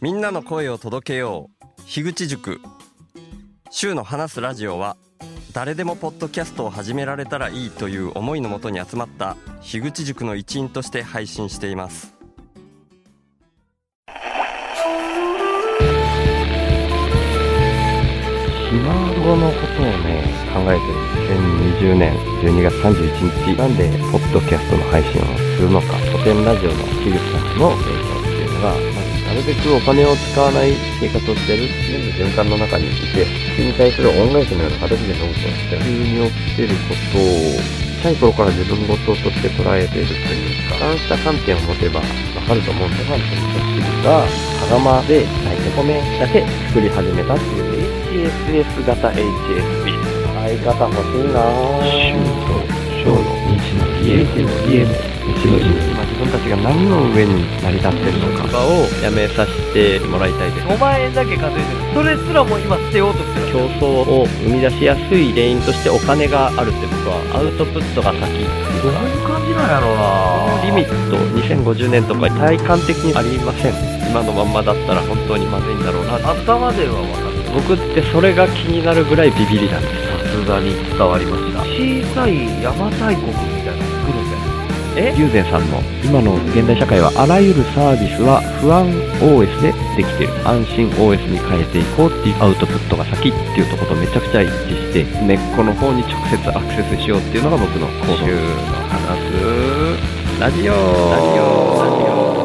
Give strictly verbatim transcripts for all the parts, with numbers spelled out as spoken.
みんなの声を届けよう樋口塾。週の話すラジオは誰でもポッドキャストを始められたらいいという思いのもとに集まった樋口塾の一員として配信しています。 ひ孫のことをね考えてる。にせんにじゅうねんじゅうにがつさんじゅういちにちなんでポッドキャストの配信をするのか、古典ラジオの樋口さんの影響っていうのが、まあ、なるべくお金を使わない生活をしてる全部循環の中にいて、それに対する恩返しのような形でノートをして急に起きてることを小さい頃から自分事として捉えているというか、そうした観点を持てばわかると思うんですが、樋口が羽釜で炊いて米だけ作り始めたっていう エイチエスエス 型 エイチエスピー 相方欲しいなぁ。週と小の日の家の家の日の日、今自分たちが何の上に成り立ってるのかをやめさせてもらいたいです。 ごまんえんだけ稼いでる。それすらも今捨てようとしてる。 競争を生み出しやすい原因としてお金があるって僕はアウトプットが先。 どういう感じなんやろうな。 リミットにせんごじゅうねんとか体感的にありません。今のまんまだったら本当にまずいんだろうな。 頭では分かる。 僕ってそれが気になるぐらいビビりなんです。 さすがに伝わりました。小さい邪馬台国みたいなの作るんじゃない。 え、友禅さんの今の現代社会はあらゆるサービスは不安 オーエス でできている、安心 オーエス に変えていこうっていうアウトプットが先っていうところとめちゃくちゃ一致して、根っこの方に直接アクセスしようっていうのが僕の行動。週の話すラジオラジオラジオ。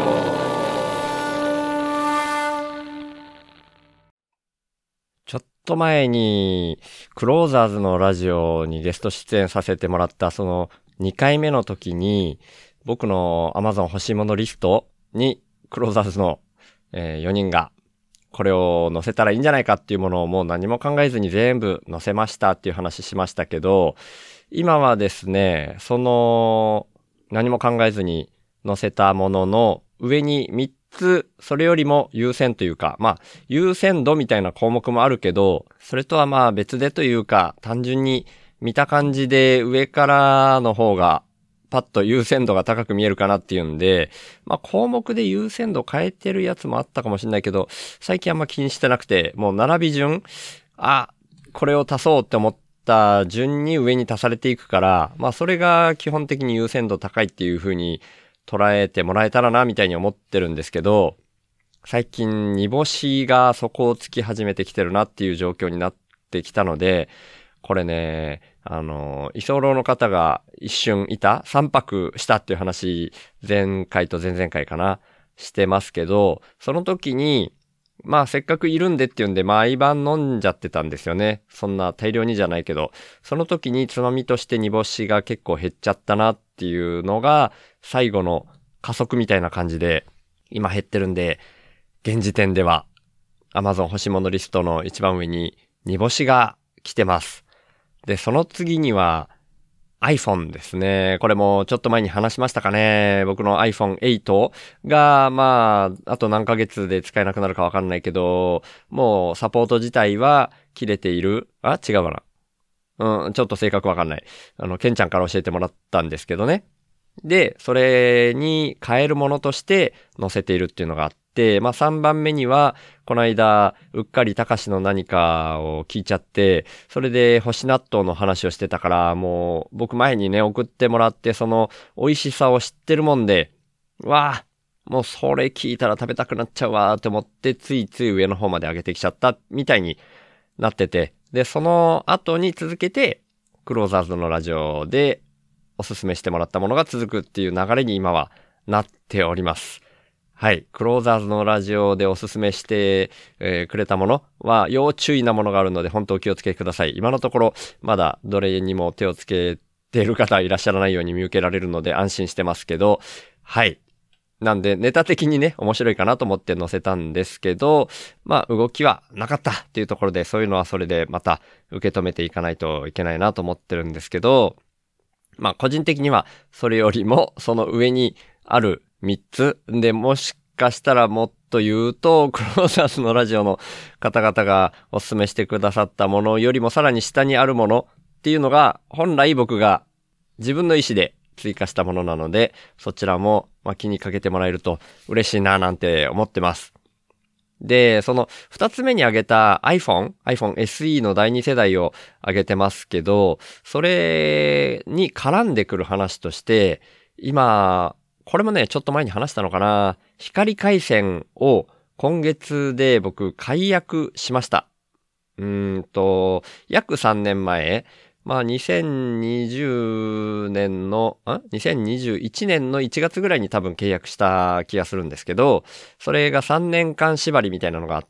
ちょっと前にクローザーズのラジオにゲスト出演させてもらったそのにかいめの時に、僕の Amazon 欲しいものリストにクローザーズの、えー、よにんがこれを載せたらいいんじゃないかっていうものをもう何も考えずに全部載せましたっていう話しましたけど、今はですね、その何も考えずに載せたものの上にみっつ、それよりも優先というか、まあ優先度みたいな項目もあるけど、それとはまあ別でというか、単純に見た感じで上からの方がパッと優先度が高く見えるかなっていうんで、まあ項目で優先度変えてるやつもあったかもしれないけど、最近あんま気にしてなくて、もう並び順、あ、これを足そうって思った順に上に足されていくから、まあそれが基本的に優先度高いっていう風に捉えてもらえたらなみたいに思ってるんですけど、最近煮干しが底をつき始めてきてるなっていう状況になってきたので、これね、あの、居候の方が一瞬いた、さんぱくしたっていう話、前回と前々回かな、してますけど、その時に、まあせっかくいるんでっていうんで、毎晩飲んじゃってたんですよね。そんな大量にじゃないけど、その時につまみとして煮干しが結構減っちゃったなっていうのが、最後の加速みたいな感じで、今減ってるんで、現時点では Amazon 欲しいものリストの一番上に煮干しが来てます。で、その次には iPhone ですね。これもちょっと前に話しましたかね。僕の アイフォンエイト が、まあ、あと何ヶ月で使えなくなるかわかんないけど、もうサポート自体は切れている。あ、違うかな。うん、ちょっと正確わかんない。あの、ケンちゃんから教えてもらったんですけどね。で、それに変えるものとして載せているっていうのがあって、まあさんばんめには、この間、うっかりたかしの何かを聞いちゃって、それで干し納豆の話をしてたから、もう僕前にね、送ってもらって、その美味しさを知ってるもんで、わあ、もうそれ聞いたら食べたくなっちゃうわーって思って、ついつい上の方まで上げてきちゃったみたいになってて、で、その後に続けて、クローザーズのラジオでおすすめしてもらったものが続くっていう流れに今はなっております。はい。クローザーズのラジオでおすすめして、えー、くれたものは要注意なものがあるので本当お気をつけください。今のところまだどれにも手をつけている方いらっしゃらないように見受けられるので安心してますけど、はい。なんでネタ的にね、面白いかなと思って載せたんですけど、まあ動きはなかったっていうところで、そういうのはそれでまた受け止めていかないといけないなと思ってるんですけど、まあ個人的にはそれよりもその上にあるみっつで、もしかしたらもっと言うとクローザーズのラジオの方々がお勧めしてくださったものよりもさらに下にあるものっていうのが本来僕が自分の意思で追加したものなので、そちらもまあ気にかけてもらえると嬉しいななんて思ってます。 で、その二つ目に挙げた iPhone、iPhone エスイー のだいに世代を挙げてますけど、それに絡んでくる話として、今、これもね、ちょっと前に話したのかな。光回線を今月で僕解約しました。うーんと、約さんねんまえ、まあにせんにじゅうねんの、ん ?にせんにじゅういちねんのいちがつぐらいに多分契約した気がするんですけど、それがさんねんかん縛りみたいなのがあって、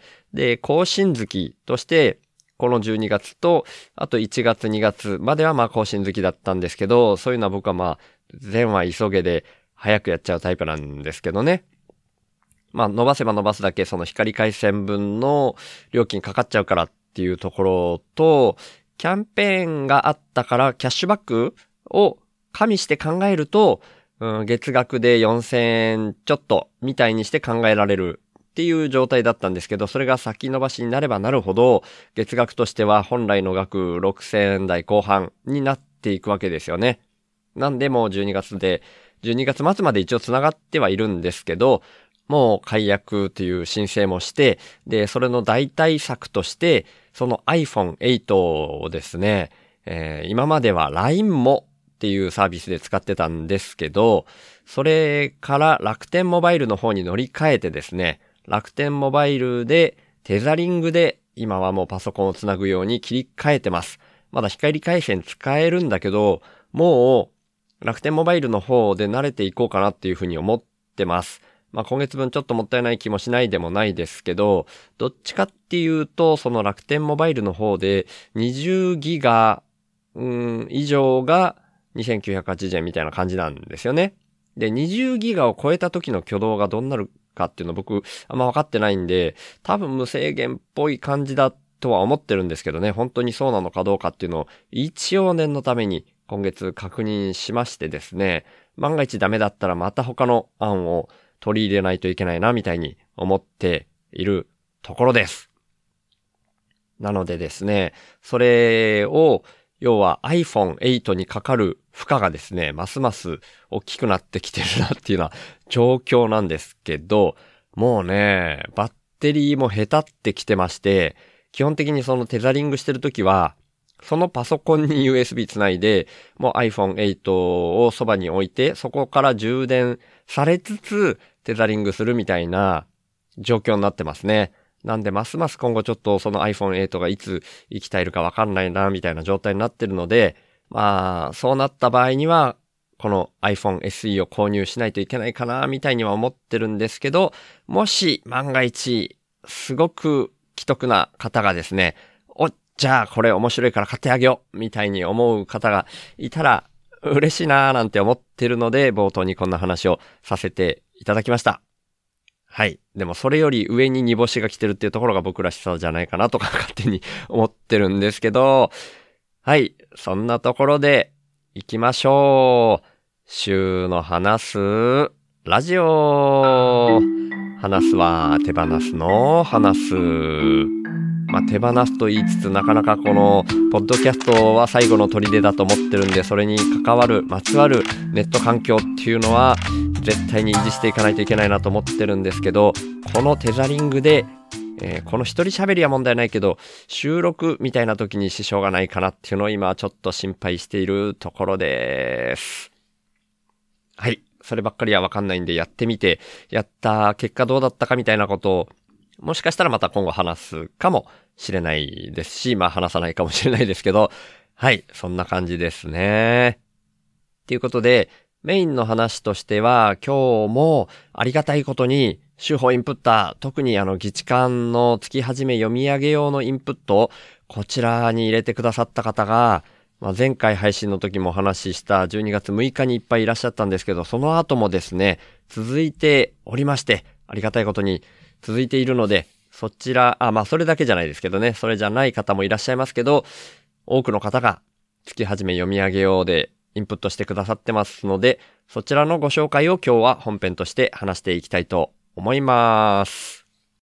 で、更新月として、このじゅうにがつと、あといちがつにがつまではまあ更新月だったんですけど、そういうのは僕はまあ、全話急げで早くやっちゃうタイプなんですけどね。まあ伸ばせば伸ばすだけその光回線分の料金かかっちゃうからっていうところと、キャンペーンがあったからキャッシュバックを加味して考えると、うん、月額でよんせんえんちょっとみたいにして考えられるっていう状態だったんですけど、それが先延ばしになればなるほど、月額としては本来の額ろくせんえん台後半になっていくわけですよね。なんでもうじゅうにがつで、じゅうにがつ末まで一応繋がってはいるんですけど、もう解約という申請もして、で、それの代替策として、その アイフォンエイト をですね、えー、今までは ライン もっていうサービスで使ってたんですけど、それから楽天モバイルの方に乗り換えてですね、楽天モバイルでテザリングで今はもうパソコンをつなぐように切り替えてます。まだ光回線使えるんだけど、もう楽天モバイルの方で慣れていこうかなっていうふうに思ってます。まあ今月分ちょっともったいない気もしないでもないですけど、どっちかっていうと、その楽天モバイルの方でにじゅうギガ、うーん、以上がにせんきゅうひゃくはちじゅうえんみたいな感じなんですよね。で、にじゅうギガを超えた時の挙動がどうなるかっていうの僕あんま分かってないんで、多分無制限っぽい感じだとは思ってるんですけどね、本当にそうなのかどうかっていうのを一応念のために今月確認しましてですね、万が一ダメだったらまた他の案を取り入れないといけないなみたいに思っているところです。なのでですね、それを要は アイフォンエイト にかかる負荷がですね、ますます大きくなってきてるなっていうような状況なんですけど、もうね、バッテリーもへたってきてまして、基本的にそのテザリングしてるときは、そのパソコンに ユーエスビー つないで、もう アイフォンエイト をそばに置いて、そこから充電されつつ、テザリングするみたいな状況になってますね。なんで、ますます今後ちょっとその アイフォンエイト がいつ生き絶えるかわかんないな、みたいな状態になってるので、まあ、そうなった場合には、この iPhone エスイー を購入しないといけないかな、みたいには思ってるんですけど、もし万が一、すごく既得な方がですね、お、じゃあこれ面白いから買ってあげよう、みたいに思う方がいたら、嬉しいなーなんて思ってるので、冒頭にこんな話をさせていただきました。はい。でもそれより上に煮干しが来てるっていうところが僕らしさじゃないかなとか勝手に思ってるんですけど、はい。そんなところで行きましょう。週の話すラジオ。話すは手放すの話す。まあ、手放すと言いつつなかなかこのポッドキャストは最後の砦だと思ってるんで、それに関わるまつわるネット環境っていうのは絶対に維持していかないといけないなと思ってるんですけど、このテザリングで、えー、この一人喋りは問題ないけど収録みたいな時に支障がないかなっていうのを今ちょっと心配しているところです。はい。そればっかりはわかんないんでやってみて、やった結果どうだったかみたいなことをもしかしたらまた今後話すかもしれないですし、まあ話さないかもしれないですけど、はい、そんな感じですね。ということで、メインの話としては、今日もありがたいことに、手法インプッター、特にあの、議事官の月始め読み上げ用のインプット、こちらに入れてくださった方が、まあ、前回配信の時もお話ししたじゅうにがつむいかにいっぱいいらっしゃったんですけど、その後もですね、続いておりまして、ありがたいことに続いているので、そちら、あ、まあそれだけじゃないですけどね、それじゃない方もいらっしゃいますけど、多くの方が月始め読み上げ用でインプットしてくださってますので、そちらのご紹介を今日は本編として話していきたいと思います。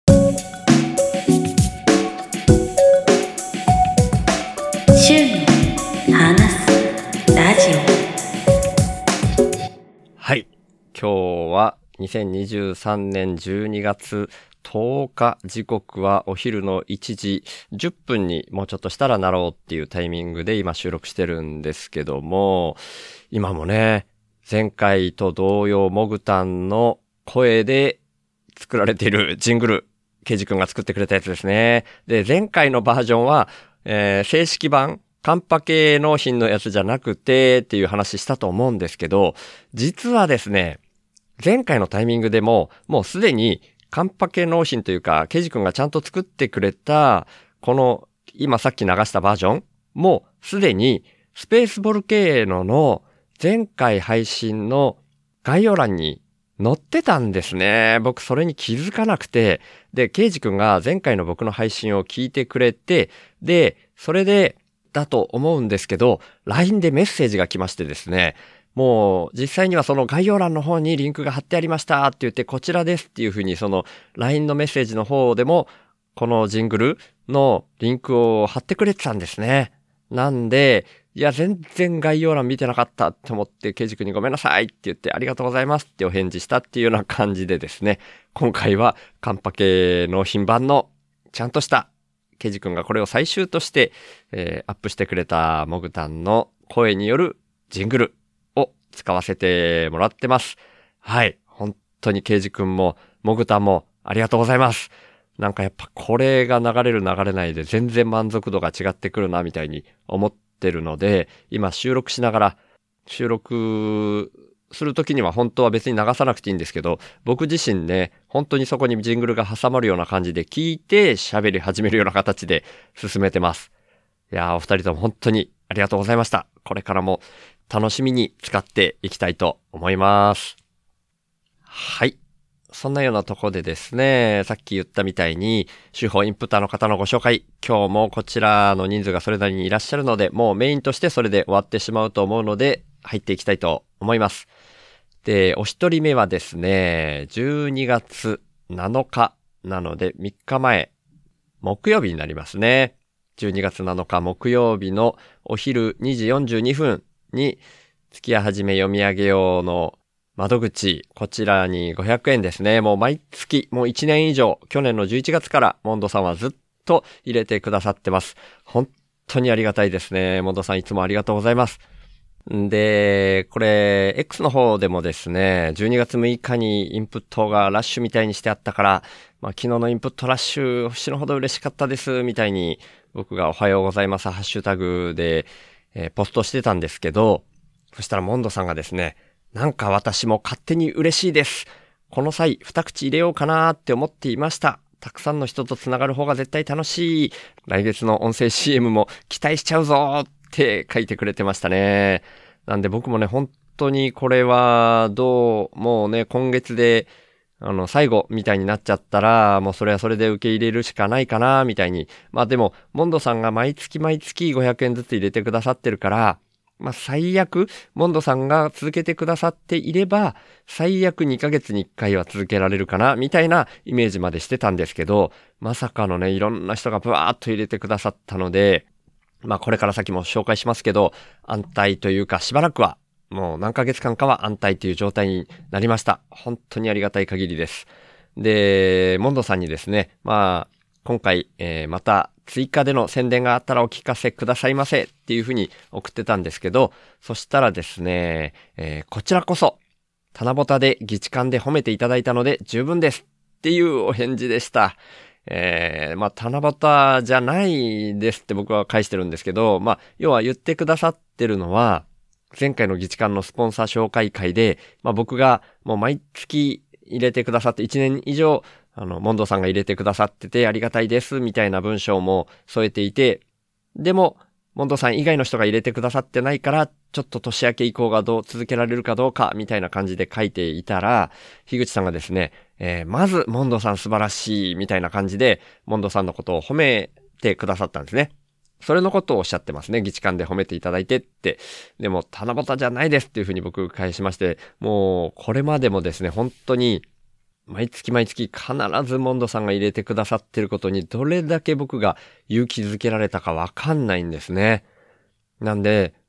週の話すラジオ。はい、今日はにせんにじゅうさんねんじゅうにがつとおか、時刻はお昼のいちじじゅっぷんにもうちょっとしたらなろうっていうタイミングで今収録してるんですけども、今もね、前回と同様モグタンの声で作られているジングル、ケイジ君が作ってくれたやつですね。で、前回のバージョンは、えー、正式版、カンパケ納品のやつじゃなくてっていう話したと思うんですけど、実はですね、前回のタイミングでも、もうすでにカンパケ納品というか、ケイジ君がちゃんと作ってくれた、この、今さっき流したバージョンもすでにスペースボルケーノの前回配信の概要欄に載ってたんですね。僕それに気づかなくて、で、ケイジ君が前回の僕の配信を聞いてくれて、で、それでだと思うんですけど、ライン でメッセージが来ましてですね、もう実際にはその概要欄の方にリンクが貼ってありましたって言って、こちらですっていう風にその ライン のメッセージの方でもこのジングルのリンクを貼ってくれてたんですね。なんで、いや全然概要欄見てなかったって思って、ケイジ君にごめんなさいって言ってありがとうございますってお返事したっていうような感じでですね、今回はカンパケ納品版のちゃんとしたケイジ君がこれを最終として、えー、アップしてくれたモグタンの声によるジングルを使わせてもらってます。はい。本当にケイジ君もモグタンもありがとうございます。なんかやっぱこれが流れる流れないで全然満足度が違ってくるなみたいに思ってるので、今収録しながら収録するときには本当は別に流さなくていいんですけど、僕自身ね、本当にそこにジングルが挟まるような感じで聞いて喋り始めるような形で進めてます。いやー、お二人とも本当にありがとうございました。これからも楽しみに使っていきたいと思います。はい。そんなようなとこでですね、さっき言ったみたいに、手法インプッターの方のご紹介、今日もこちらの人数がそれなりにいらっしゃるので、もうメインとしてそれで終わってしまうと思うので、入っていきたいと思います。で、お一人目はですね、じゅうにがつなのかなので、みっかまえ、木曜日になりますね。じゅうにがつなのか木曜日のお昼にじよんじゅうにふんに、月夜はじめ読み上げようの窓口、こちらにごひゃくえんですね。もう毎月、もういちねん以上、去年のじゅういちがつからモンドさんはずっと入れてくださってます。本当にありがたいですね。モンドさんいつもありがとうございます。で、これ、X の方でもですね、じゅうにがつむいかにインプットがラッシュみたいにしてあったから、まあ、昨日のインプットラッシュ、死ぬほど嬉しかったです、みたいに、僕がおはようございます、ハッシュタグで、えー、ポストしてたんですけど、そしたらモンドさんがですね、なんか私も勝手に嬉しいです。この際、二口入れようかなーって思っていました。たくさんの人とつながる方が絶対楽しい。来月の音声 シーエム も期待しちゃうぞーって書いてくれてましたね。なんで僕もね、本当にこれはどう、もうね、今月で、あの、最後みたいになっちゃったら、もうそれはそれで受け入れるしかないかな、みたいに。まあでも、モンドさんが毎月毎月ごひゃくえんずつ入れてくださってるから、まあ最悪、モンドさんが続けてくださっていれば、最悪にかげつにいっかいは続けられるかな、みたいなイメージまでしてたんですけど、まさかのね、いろんな人がブワーっと入れてくださったので、まあこれから先も紹介しますけど、安泰というかしばらくは、もう何ヶ月間かは安泰という状態になりました。本当にありがたい限りです。で、モンドさんにですね、まあ、今回、えー、また追加での宣伝があったらお聞かせくださいませっていうふうに送ってたんですけど、そしたらですね、えー、こちらこそ、棚ぼたで議事館で褒めていただいたので十分ですっていうお返事でした。えー、まあ、七夕じゃないですって僕は返してるんですけど、まあ、要は言ってくださってるのは、前回の議事館のスポンサー紹介会で、まあ、僕がもう毎月入れてくださっていちねん以上、あの、モンドさんが入れてくださっててありがたいですみたいな文章も添えていて、でも、モンドさん以外の人が入れてくださってないから、ちょっと年明け以降がどう続けられるかどうかみたいな感じで書いていたら、樋口さんがですね、えー、まずモンドさん素晴らしいみたいな感じで、モンドさんのことを褒めてくださったんですね。それのことをおっしゃってますね。議事館で褒めていただいてって。でも、七夕じゃないですっていうふうに僕返しまして、もう、これまでもですね、本当に、毎月毎月必ずモンドさんが入れてくださってることにどれだけ僕が勇気づけられたかわかんないんですね。なんで、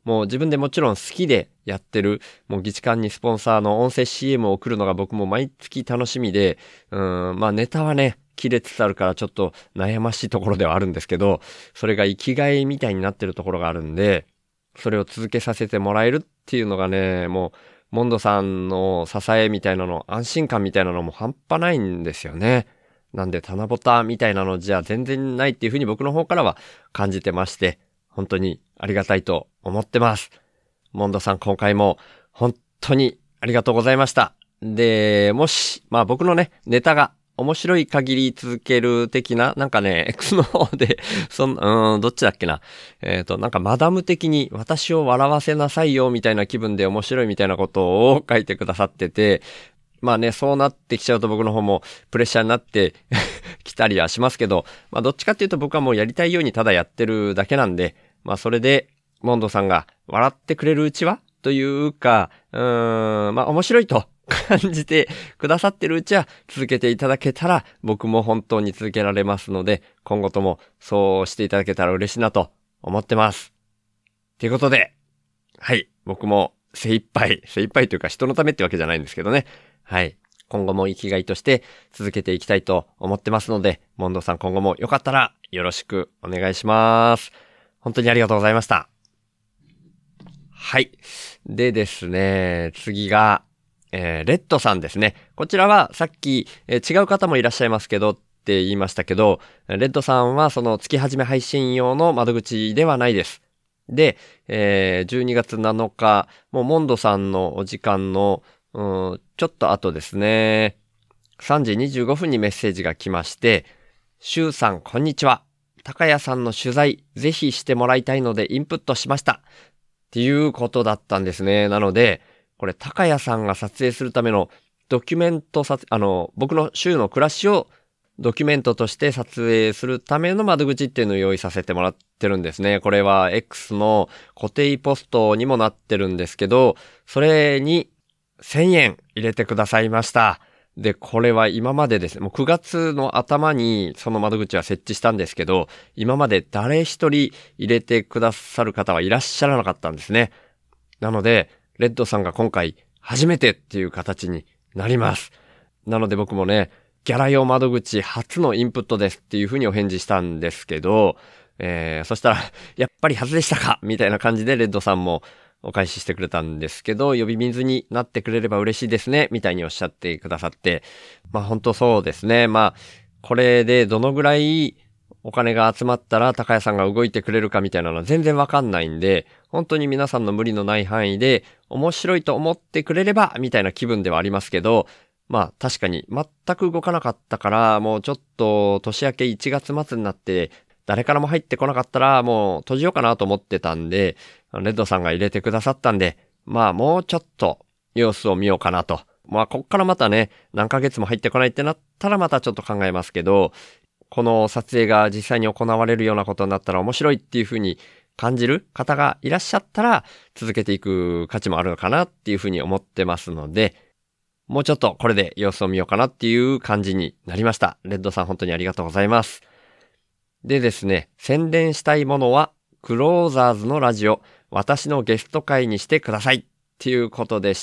もう自分でもちろん好きでやってる、もう議事館にスポンサーの音声 シーエム を送るのが僕も毎月楽しみで、うーん、まあネタはね、切れつつあるからちょっと悩ましいところではあるんですけど、それが生きがいみたいになってるところがあるんで、それを続けさせてもらえるっていうのがね、もう、モンドさんの支えみたいなの、安心感みたいなのも半端ないんですよね。なんで、棚ぼたみたいなのじゃ全然ないっていうふうに僕の方からは感じてまして、本当にありがたいと思ってます。モンドさん、今回も本当にありがとうございました。で、もし、まあ僕のね、ネタが面白い限り続ける的な、なんかね、X の方で、そん、うーん、どっちだっけな。えっと、なんかマダム的に私を笑わせなさいよみたいな気分で面白いみたいなことを書いてくださってて、まあね、そうなってきちゃうと僕の方もプレッシャーになってきたりはしますけど、まあどっちかっていうと僕はもうやりたいようにただやってるだけなんで、まあそれで、モンドさんが笑ってくれるうちはというか、うーん、まあ面白いと感じてくださってるうちは続けていただけたら僕も本当に続けられますので、今後ともそうしていただけたら嬉しいなと思ってます。ということで、はい、僕も精一杯、精一杯というか人のためってわけじゃないんですけどね。はい。今後も生きがいとして続けていきたいと思ってますので、モンドさん今後もよかったらよろしくお願いします。本当にありがとうございました。はい。でですね、次が、えー、レッドさんですね。こちらはさっき、えー、違う方もいらっしゃいますけどって言いましたけど、レッドさんはその月始め配信用の窓口ではないです。で、えー、じゅうにがつなのか、もうモンドさんのお時間の、うん、ちょっと後ですね、さんじにじゅうごふんにメッセージが来まして、シュウさんこんにちは。高谷さんの取材ぜひしてもらいたいのでインプットしました。っていうことだったんですね。なので、これ高谷さんが撮影するためのドキュメント撮、あの、僕の週の暮らしをドキュメントとして撮影するための窓口っていうのを用意させてもらってるんですね。これは X の固定ポストにもなってるんですけど、それにせんえん入れてくださいました。で、これは今までですね、もうくがつの頭にその窓口は設置したんですけど、今まで誰一人入れてくださる方はいらっしゃらなかったんですね。なので、レッドさんが今回初めてっていう形になります。なので僕もね、ギャラ用窓口初のインプットですっていうふうにお返事したんですけど、えー、そしたら、やっぱり初でしたかみたいな感じでレッドさんもお返ししてくれたんですけど、呼び水になってくれれば嬉しいですね、みたいにおっしゃってくださって、まあ本当そうですね。まあ、これでどのぐらいお金が集まったら高谷さんが動いてくれるかみたいなのは全然わかんないんで、本当に皆さんの無理のない範囲で面白いと思ってくれれば、みたいな気分ではありますけど、まあ確かに全く動かなかったから、もうちょっと年明けいちがつ末になって誰からも入ってこなかったらもう閉じようかなと思ってたんで、レッドさんが入れてくださったんで、まあもうちょっと様子を見ようかなと。まあこっからまたね、何ヶ月も入ってこないってなったらまたちょっと考えますけど、この撮影が実際に行われるようなことになったら面白いっていう風に感じる方がいらっしゃったら続けていく価値もあるのかなっていう風に思ってますので、もうちょっとこれで様子を見ようかなっていう感じになりました。レッドさん本当にありがとうございます。でですね、宣伝したいものはクローザーズのラジオ、私のゲスト会にしてくださいっていうことでした。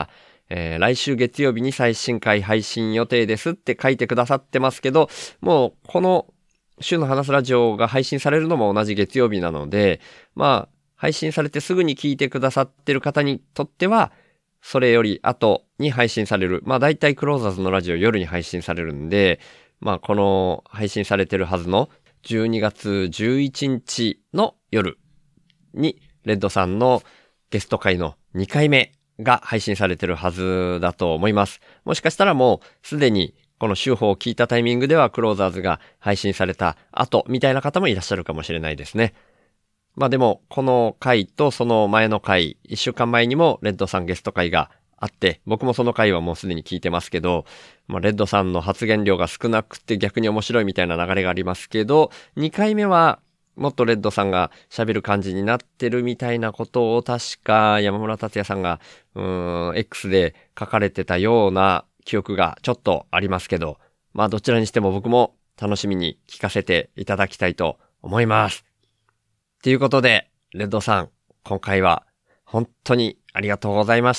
えー、来週月曜日に最新回配信予定ですって書いてくださってますけど、もうこの週の話すラジオが配信されるのも同じ月曜日なので、まあ配信されてすぐに聞いてくださってる方にとっては、それより後に配信される。まあ大体クローザーズのラジオ夜に配信されるんで、まあこの配信されてるはずのじゅうにがつじゅういちにちの夜にレッドさんのゲスト会のにかいめが配信されてるはずだと思います。もしかしたらもうすでにこの週報を聞いたタイミングではクローザーズが配信された後みたいな方もいらっしゃるかもしれないですね。まあでもこの回とその前の回、いっしゅうかんまえにもレッドさんゲスト会があって、僕もその回はもうすでに聞いてますけど、まあ、レッドさんの発言量が少なくて逆に面白いみたいな流れがありますけど、にかいめはもっとレッドさんが喋る感じになってるみたいなことを確か山村達也さんがうーん X で書かれてたような記憶がちょっとありますけど、まあどちらにしても僕も楽しみに聞かせていただきたいと思います。ということで、レッドさん、 今回は本当にありがとうございました。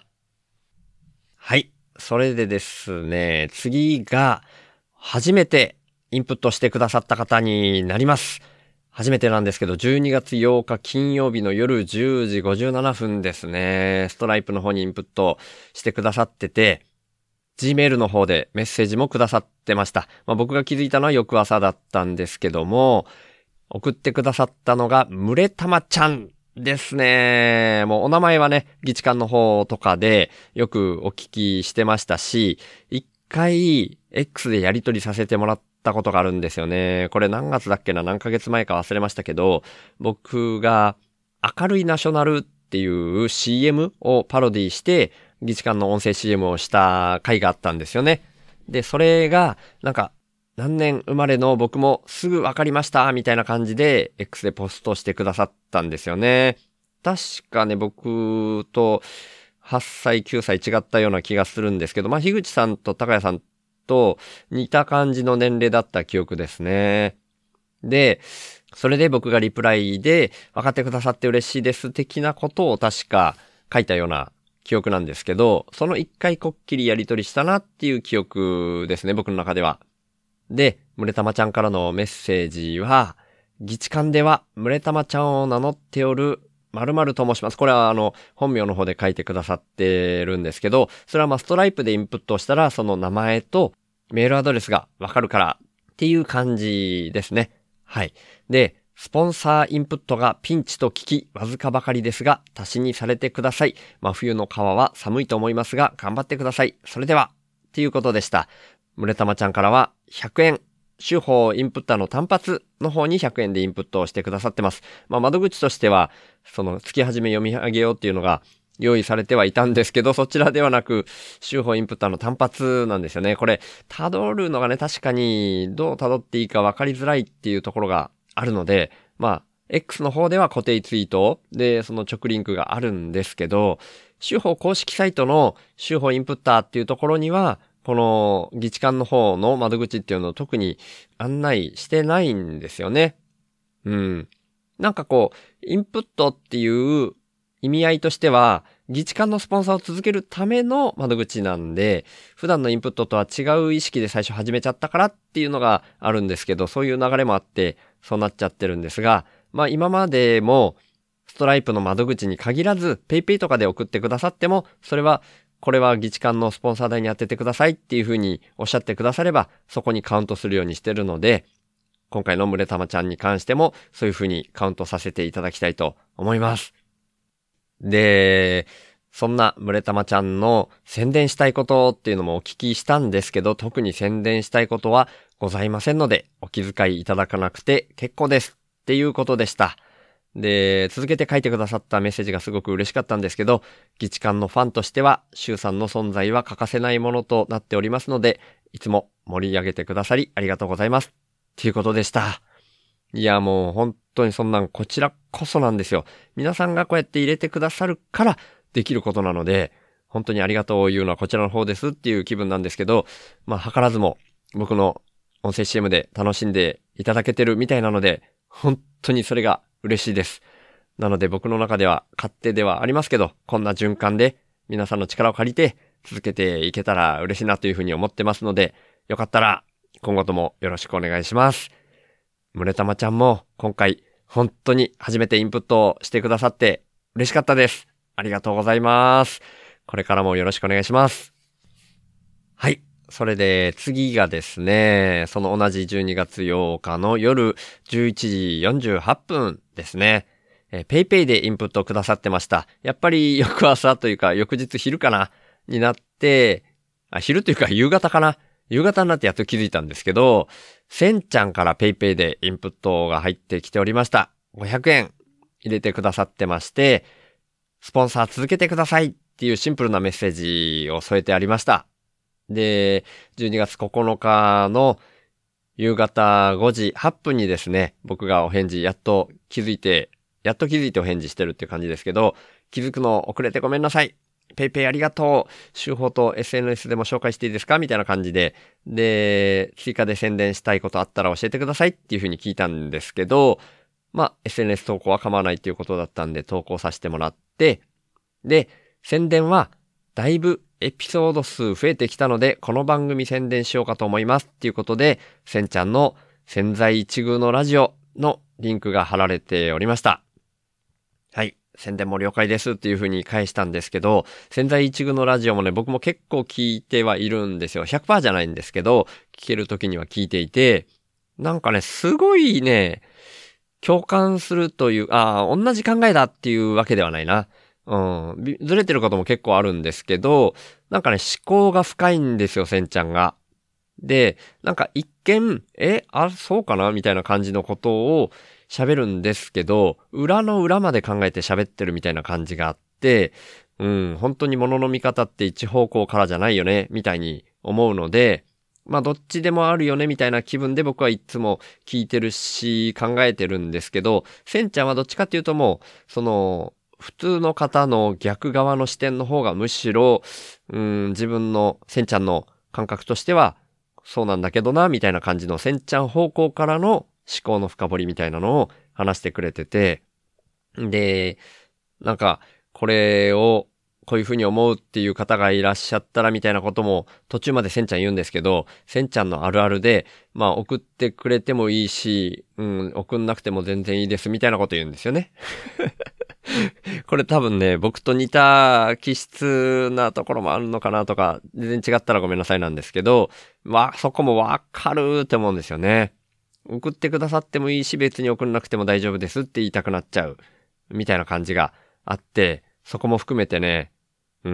はい。それでですね、次が初めてインプットしてくださった方になります。初めてなんですけど、じゅうにがつようか金曜日の夜じゅうじごじゅうななふんですね。ストライプの方にインプットしてくださってて、Gmail の方でメッセージもくださってました。まあ、僕が気づいたのは翌朝だったんですけども、送ってくださったのが、むれたまちゃんですね。もうお名前はね、議事館の方とかでよくお聞きしてましたし、一回 X でやり取りさせてもらったことがあるんですよね。これ何月だっけな、何ヶ月前か忘れましたけど、僕が明るいナショナルっていう シーエム をパロディして、議事館の音声 シーエム をした回があったんですよね。で、それが、なんか、何年生まれの僕もすぐ分かりましたみたいな感じで X でポストしてくださったんですよね。確かね、僕とはっさい、きゅうさい違ったような気がするんですけど、まあ、樋口さんと高谷さんと似た感じの年齢だった記憶ですね。で、それで僕がリプライで分かってくださって嬉しいです的なことを確か書いたような記憶なんですけど、その一回こっきりやり取りしたなっていう記憶ですね、僕の中では。で、むれたまちゃんからのメッセージは、議事館ではむれたまちゃんを名乗っておる〇〇と申します。これはあの、本名の方で書いてくださってるんですけど、それはまあストライプでインプットをしたら、その名前とメールアドレスがわかるからっていう感じですね。はい。で、スポンサーインプットがピンチと聞き、わずかばかりですが、足しにされてください。真冬の川は寒いと思いますが、頑張ってください。それでは、っていうことでした。むれたまちゃんからはひゃくえん、手法インプッターの単発の方にひゃくえんでインプットをしてくださってます。まあ窓口としては、その月始め読み上げようっていうのが用意されてはいたんですけど、そちらではなく、手法インプッターの単発なんですよね。これ、辿るのがね、確かにどう辿っていいか分かりづらいっていうところがあるので、まあ、X の方では固定ツイートで、その直リンクがあるんですけど、手法公式サイトの手法インプッターっていうところには、この議事館の方の窓口っていうのを特に案内してないんですよね。うん。なんかこう、インプットっていう意味合いとしては、議事館のスポンサーを続けるための窓口なんで、普段のインプットとは違う意識で最初始めちゃったからっていうのがあるんですけど、そういう流れもあって、そうなっちゃってるんですが、まあ今までも、ストライプの窓口に限らず、ペイペイとかで送ってくださっても、それは、これは議事館のスポンサー代に当ててくださいっていうふうにおっしゃってくだされば、そこにカウントするようにしてるので、今回のむれたまちゃんに関しても、そういうふうにカウントさせていただきたいと思います。で、そんなむれたまちゃんの宣伝したいことっていうのもお聞きしたんですけど、特に宣伝したいことはございませんので、お気遣いいただかなくて結構ですっていうことでした。で、続けて書いてくださったメッセージがすごく嬉しかったんですけど、議事館のファンとしては、シュウさんの存在は欠かせないものとなっておりますので、いつも盛り上げてくださりありがとうございます。っていうことでした。いや、もう本当にそんなんこちらこそなんですよ。皆さんがこうやって入れてくださるからできることなので、本当にありがとうを言うのはこちらの方ですっていう気分なんですけど、まあ、図らずも僕の音声 シーエム で楽しんでいただけてるみたいなので、本当にそれが嬉しいです。なので僕の中では勝手ではありますけど、こんな循環で皆さんの力を借りて続けていけたら嬉しいなというふうに思ってますので、よかったら今後ともよろしくお願いします。むれたまちゃんも今回本当に初めてインプットをしてくださって嬉しかったです。ありがとうございます。これからもよろしくお願いします。はい。それで次がですね、その同じじゅうにがつようかの夜じゅういちじよんじゅうはっぷんですね。え、ペイペイでインプットをくださってました。やっぱり翌朝というか翌日昼かなになって、あ、昼というか夕方かな夕方になってやっと気づいたんですけど、せんちゃんからペイペイでインプットが入ってきておりました。ごひゃくえん入れてくださってまして、スポンサー続けてくださいっていうシンプルなメッセージを添えてありました。で、じゅうにがつここのかの夕方ごじはっぷんにですね、僕がお返事やっと気づいて、やっと気づいてお返事してるっていう感じですけど、気づくの遅れてごめんなさい。ペイペイありがとう。手法と エスエヌエス でも紹介していいですかみたいな感じで、で、追加で宣伝したいことあったら教えてくださいっていうふうに聞いたんですけど、 まあ エスエヌエス 投稿は構わないっていうことだったんで投稿させてもらって、で、宣伝はだいぶエピソード数増えてきたので、この番組宣伝しようかと思いますっていうことで、せんちゃんの千載一遇のラジオのリンクが貼られておりました。はい。宣伝も了解ですっていう風に返したんですけど、千載一遇のラジオもね、僕も結構聞いてはいるんですよ。ひゃくパーセント じゃないんですけど、聞ける時には聞いていて、なんかね、すごいね、共感するという、ああ、同じ考えだっていうわけではないな。うん。ずれてることも結構あるんですけど、なんかね、思考が深いんですよ、せんちゃんが。で、なんか一見、え、あ、そうかなみたいな感じのことを喋るんですけど、裏の裏まで考えて喋ってるみたいな感じがあって、うん、本当に物の見方って一方向からじゃないよね、みたいに思うので、まあどっちでもあるよね、みたいな気分で僕はいつも聞いてるし、考えてるんですけど、せんちゃんはどっちかっていうともう、その、普通の方の逆側の視点の方がむしろ、うん、自分のせんちゃんの感覚としては、そうなんだけどな、みたいな感じのせんちゃん方向からの思考の深掘りみたいなのを話してくれてて、で、なんか、これをこういうふうに思うっていう方がいらっしゃったらみたいなことも途中までせんちゃん言うんですけど、せんちゃんのあるあるで、まあ送ってくれてもいいし、うん、送んなくても全然いいですみたいなこと言うんですよね。これ多分ね、僕と似た気質なところもあるのかなとか、全然違ったらごめんなさいなんですけど、まあそこもわかるって思うんですよね。送ってくださってもいいし、別に送んなくても大丈夫ですって言いたくなっちゃう。みたいな感じがあって、そこも含めてね、うん、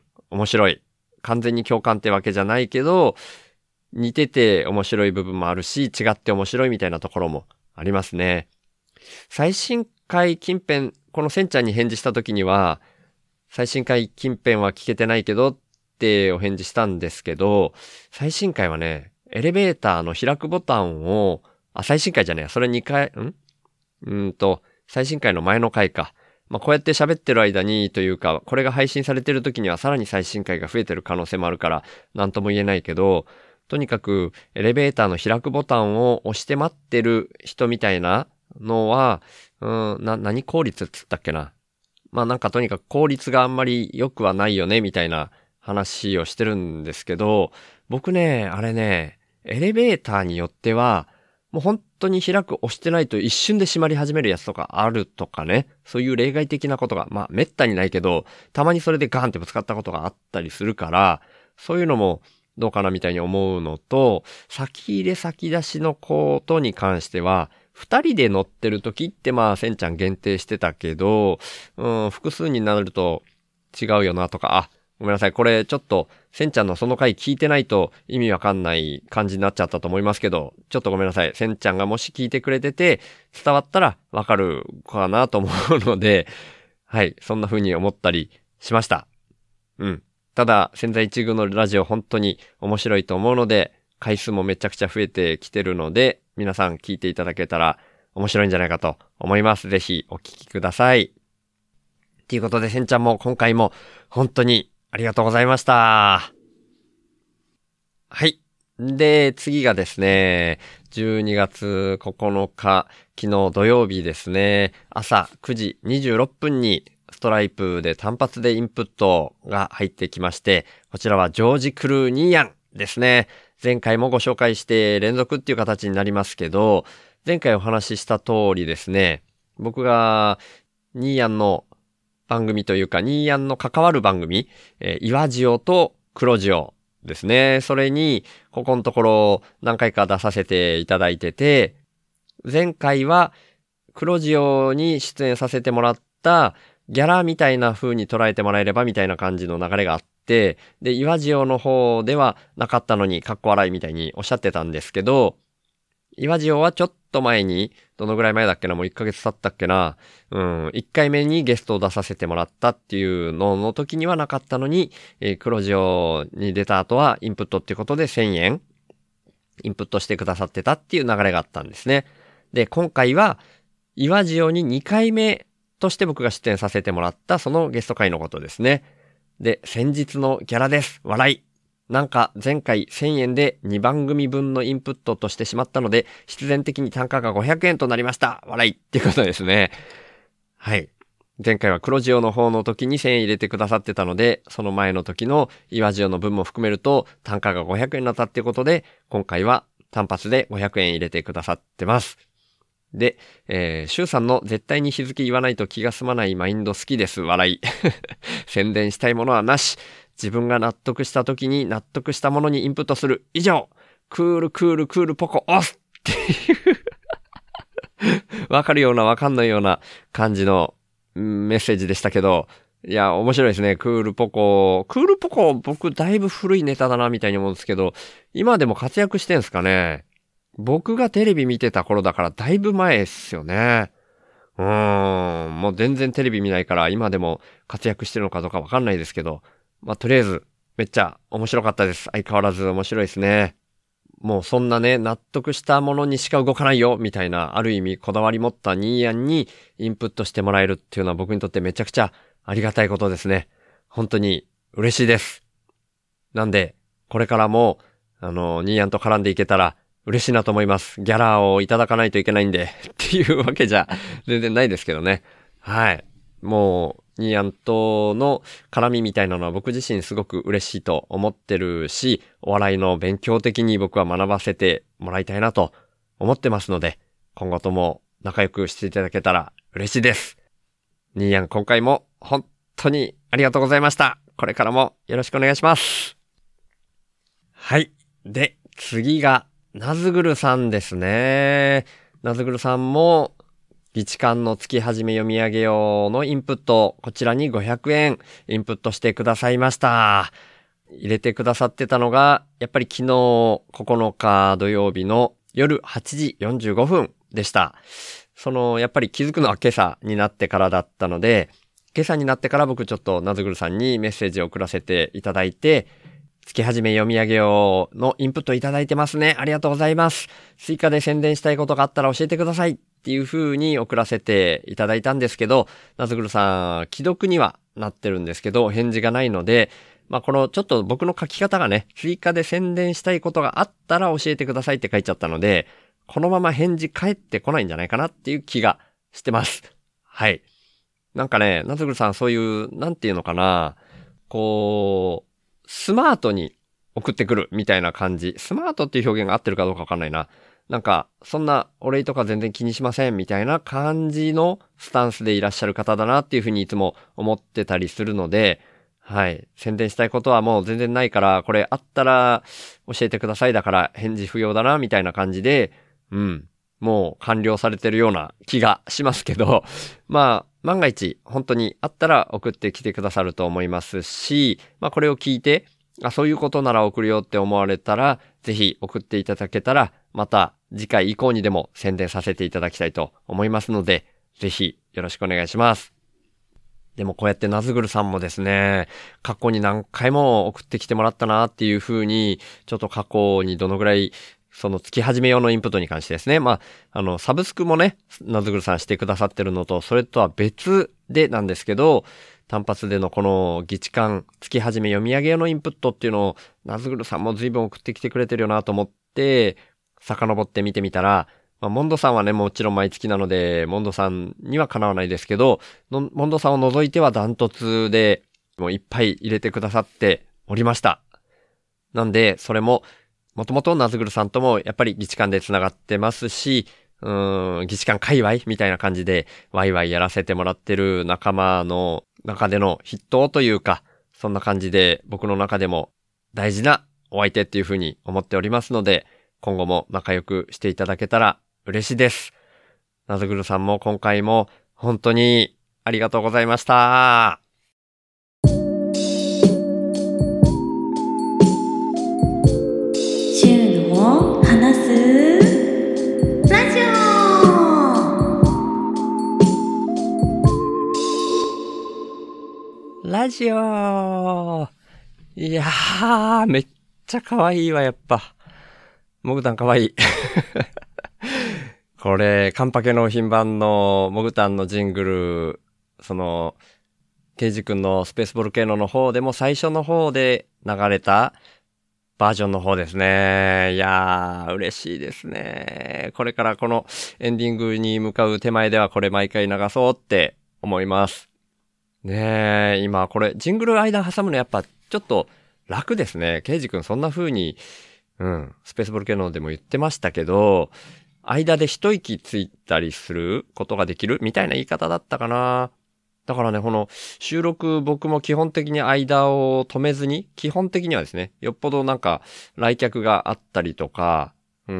面白い。完全に共感ってわけじゃないけど、似てて面白い部分もあるし、違って面白いみたいなところもありますね。最新回近辺、このせんちゃんに返事した時には、最新回近辺は聞けてないけどってお返事したんですけど、最新回はね、エレベーターの開くボタンを、あ、最新回じゃねえ、それにかい、んうんと、最新回の前の回か。まあ、こうやって喋ってる間にというか、これが配信されてる時にはさらに最新回が増えてる可能性もあるから、なんとも言えないけど、とにかくエレベーターの開くボタンを押して待ってる人みたいなのは、うん、な、何効率っつったっけな。まあなんかとにかく効率があんまり良くはないよね、みたいな話をしてるんですけど、僕ね、あれね、エレベーターによっては、もう本当に開く押してないと一瞬で閉まり始めるやつとかあるとかね。そういう例外的なことが、まあ滅多にないけど、たまにそれでガーンってぶつかったことがあったりするから、そういうのもどうかなみたいに思うのと、先入れ先出しのことに関しては、二人で乗ってる時ってまあせんちゃん限定してたけど、うん、複数になると違うよなとか、あ、ごめんなさい。これちょっと、せんちゃんのその回聞いてないと意味わかんない感じになっちゃったと思いますけど、ちょっとごめんなさい。せんちゃんがもし聞いてくれてて、伝わったらわかるかなと思うので、はい。そんな風に思ったりしました。うん。ただ、千載一遇のラジオ本当に面白いと思うので、回数もめちゃくちゃ増えてきてるので、皆さん聞いていただけたら面白いんじゃないかと思います。ぜひお聞きください。ということで、せんちゃんも今回も本当にありがとうございました。はい。で、次がですね、じゅうにがつここのか、昨日土曜日ですね、朝くじにじゅうろっぷんにストライプで単発でインプットが入ってきまして、こちらはジョージ・クルーニーヤンですね。前回もご紹介して連続っていう形になりますけど、前回お話しした通りですね、僕がニーヤンの番組というか、ニーヤンの関わる番組、えー、岩塩と黒塩ですね。それに、ここのところ何回か出させていただいてて、前回は黒塩に出演させてもらったギャラみたいな風に捉えてもらえればみたいな感じの流れがあって、で、岩塩の方ではなかったのに、かっこ笑いみたいにおっしゃってたんですけど、岩塩はちょっと前に、どのぐらい前だっけな、もういっかげつ経ったっけな、うん、いっかいめにゲストを出させてもらったっていうのの時にはなかったのに、えー、黒塩に出た後はインプットっていうことでせんえんインプットしてくださってたっていう流れがあったんですね。で、今回は岩塩ににかいめとして僕が出演させてもらったそのゲスト会のことですね。で、先日のギャラです。笑い。 なんか前回せんえんでにばん組分のインプットとしてしまったので、必然的に単価がごひゃくえんとなりました。笑いっていうことですね。はい。前回は黒塩の方の時にせんえん入れてくださってたので、その前の時の岩塩の分も含めると単価がごひゃくえんになったっていうことで、今回は単発でごひゃくえん入れてくださってます。で、えー、シュウさんの絶対に日付言わないと気が済まないマインド好きです。笑い。宣伝したいものはなし。自分が納得した時に納得したものにインプットする。以上。クールクールクールポコオフっていうわかるようなわかんないような感じのメッセージでしたけど、いや、面白いですね。クールポコ。クールポコ、僕だいぶ古いネタだなみたいに思うんですけど、今でも活躍してんすかね。僕がテレビ見てた頃だからだいぶ前っすよね。うーん、もう全然テレビ見ないから今でも活躍してるのかどうかわかんないですけど、まあ、とりあえずめっちゃ面白かったです。相変わらず面白いですね。もうそんなね、納得したものにしか動かないよみたいな、ある意味こだわり持ったニーヤンにインプットしてもらえるっていうのは僕にとってめちゃくちゃありがたいことですね。本当に嬉しいです。なんで、これからも、あの、ニーヤンと絡んでいけたら嬉しいなと思います。ギャラをいただかないといけないんで、っていうわけじゃ全然ないですけどね。はい。もう、ニーヤンとの絡みみたいなのは僕自身すごく嬉しいと思ってるし、お笑いの勉強的に僕は学ばせてもらいたいなと思ってますので、今後とも仲良くしていただけたら嬉しいです。ニーヤン今回も本当にありがとうございました。これからもよろしくお願いします。はい。で、次がナズグルさんですね。ナズグルさんも議事館の月始め読み上げ用のインプット、こちらにごひゃくえんインプットしてくださいました。入れてくださってたのが、やっぱり昨日ここのか土曜日の夜はちじよんじゅうごふんでした。その、やっぱり気づくのは今朝になってからだったので、今朝になってから僕ちょっとナズグルさんにメッセージを送らせていただいて、月始め読み上げ用のインプットいただいてますね。ありがとうございます。追加で宣伝したいことがあったら教えてくださいっていう風に送らせていただいたんですけど、ナズグルさん、既読にはなってるんですけど、返事がないので、まあこのちょっと僕の書き方がね、追加で宣伝したいことがあったら教えてくださいって書いちゃったので、このまま返事返ってこないんじゃないかなっていう気がしてます。はい。なんかね、ナズグルさんそういう、なんていうのかな、こう、スマートに送ってくるみたいな感じ。スマートっていう表現が合ってるかどうかわかんないな。なんか、そんなお礼とか全然気にしませんみたいな感じのスタンスでいらっしゃる方だなっていうふうにいつも思ってたりするので、はい。宣伝したいことはもう全然ないから、これあったら教えてくださいだから返事不要だなみたいな感じで、うん。もう完了されてるような気がしますけど、まあ、万が一本当にあったら送ってきてくださると思いますし、まあこれを聞いて、あ、そういうことなら送るよって思われたら、ぜひ送っていただけたら、また次回以降にでも宣伝させていただきたいと思いますので、ぜひよろしくお願いします。でもこうやってナズグルさんもですね、過去に何回も送ってきてもらったなっていう風に、ちょっと過去にどのぐらいその月始め用のインプットに関してですね。まあ、あの、サブスクもね、ナズグルさんしてくださってるのと、それとは別でなんですけど、単発でのこの議事館月始め読み上げ用のインプットっていうのを、ナズグルさんも随分送ってきてくれてるよなと思って、遡って見てみたら、まあ、モンドさんはね、もちろん毎月なので、モンドさんにはかなわないですけど、モンドさんを除いてはダントツで、もういっぱい入れてくださっておりました。なんで、それも、もともとナズグルさんともやっぱり議事館で繋がってますし、うーん、議事館界隈みたいな感じでワイワイやらせてもらってる仲間の中での筆頭というか、そんな感じで僕の中でも大事なお相手っていう風に思っておりますので、今後も仲良くしていただけたら嬉しいです。ナズグルさんも今回も本当にありがとうございました。 話すラジオ。 ラジオ。いやー、めっちゃ可愛いわ、やっぱ。モグタン可愛い。これ、カンパケ納品版のモグタンのジングル、その、ケイジ君のスペースボルケーノの方でも最初の方で流れたバージョンの方ですね。いやー、嬉しいですね。これからこのエンディングに向かう手前ではこれ毎回流そうって思います。ねえ、今これジングル間挟むのやっぱちょっと楽ですね。ケイジ君そんな風に、うん、スペースボルケノでも言ってましたけど、間で一息ついたりすることができるみたいな言い方だったかな。だからね、この収録僕も基本的に間を止めずに、基本的にはですね、よっぽどなんか来客があったりとか、うん、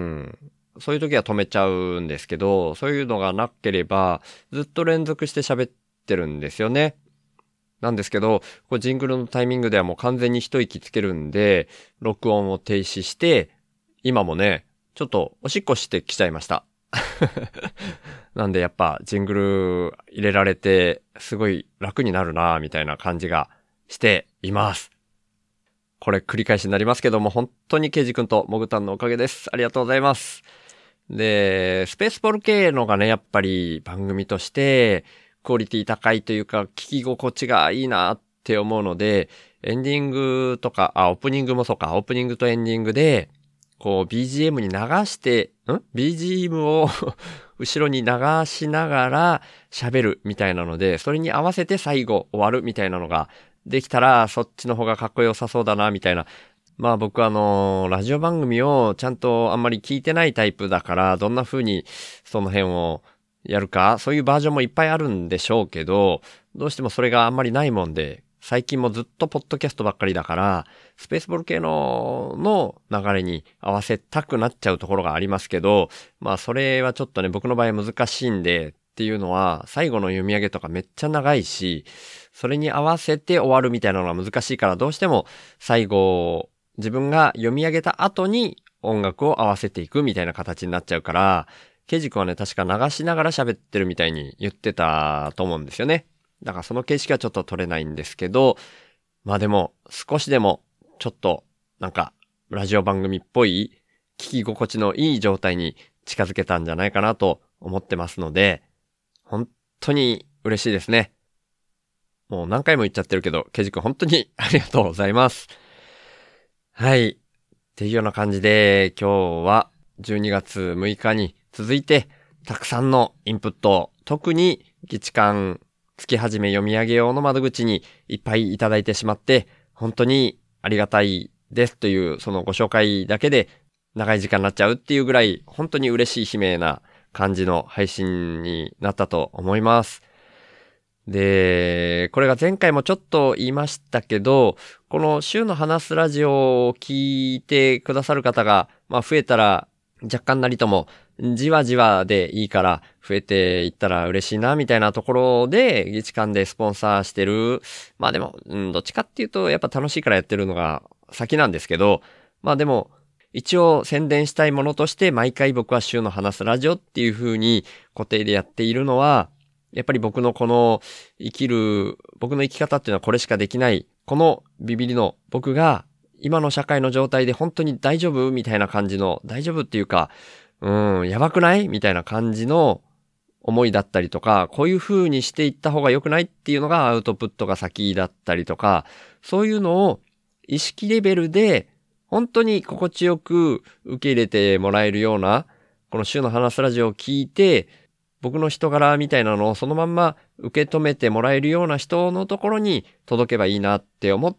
そういう時は止めちゃうんですけど、そういうのがなければずっと連続して喋ってるんですよね。なんですけど、こうジングルのタイミングではもう完全に一息つけるんで、録音を停止して、今もね、ちょっとおしっこしてきちゃいました。なんでやっぱジングル入れられてすごい楽になるなぁみたいな感じがしています。これ繰り返しになりますけども、本当にケイジ君とモグタンのおかげです。ありがとうございます。で、スペースボール系のがね、やっぱり番組としてクオリティ高いというか聞き心地がいいなって思うので、エンディングとか、あ、オープニングもそうか、オープニングとエンディングでこう ビージーエム に流して、ん ビージーエム を後ろに流しながら喋るみたいなので、それに合わせて最後終わるみたいなのができたら、そっちの方がかっこよさそうだなみたいな。まあ僕はあのー、ラジオ番組をちゃんとあんまり聞いてないタイプだから、どんな風にその辺をやるか、そういうバージョンもいっぱいあるんでしょうけど、どうしてもそれがあんまりないもんで、最近もずっとポッドキャストばっかりだから、スペースボール系のの流れに合わせたくなっちゃうところがありますけど、まあそれはちょっとね、僕の場合難しいんで、っていうのは最後の読み上げとかめっちゃ長いし、それに合わせて終わるみたいなのが難しいから、どうしても最後自分が読み上げた後に音楽を合わせていくみたいな形になっちゃうから、ケイジ君はね、確か流しながら喋ってるみたいに言ってたと思うんですよね。だからその形式はちょっと取れないんですけど、まあでも少しでもちょっとなんかラジオ番組っぽい聞き心地のいい状態に近づけたんじゃないかなと思ってますので、本当に嬉しいですね。もう何回も言っちゃってるけど、ケイジ君本当にありがとうございます。はい。っていうような感じで今日はじゅうにがつむいかに続いてたくさんのインプット、特に議事館月始め読み上げ用の窓口にいっぱいいただいてしまって、本当にありがたいですという、そのご紹介だけで長い時間になっちゃうっていうぐらい、本当に嬉しい悲鳴な感じの配信になったと思います。で、これが前回もちょっと言いましたけど、この週の話すラジオを聞いてくださる方が、まあ増えたら若干なりとも、じわじわでいいから増えていったら嬉しいなみたいなところで議事館でスポンサーしてる。まあでも、うん、どっちかっていうとやっぱ楽しいからやってるのが先なんですけど、まあでも一応宣伝したいものとして毎回僕は週の話すラジオっていう風に固定でやっているのは、やっぱり僕のこの生きる、僕の生き方っていうのはこれしかできない、このビビりの僕が今の社会の状態で本当に大丈夫みたいな感じの、大丈夫っていうか、うん、やばくないみたいな感じの思いだったりとか、こういう風にしていった方が良くないっていうのがアウトプットが先だったりとか、そういうのを意識レベルで本当に心地よく受け入れてもらえるような、この週の話すラジオを聞いて、僕の人柄みたいなのをそのまんま受け止めてもらえるような人のところに届けばいいなって思って、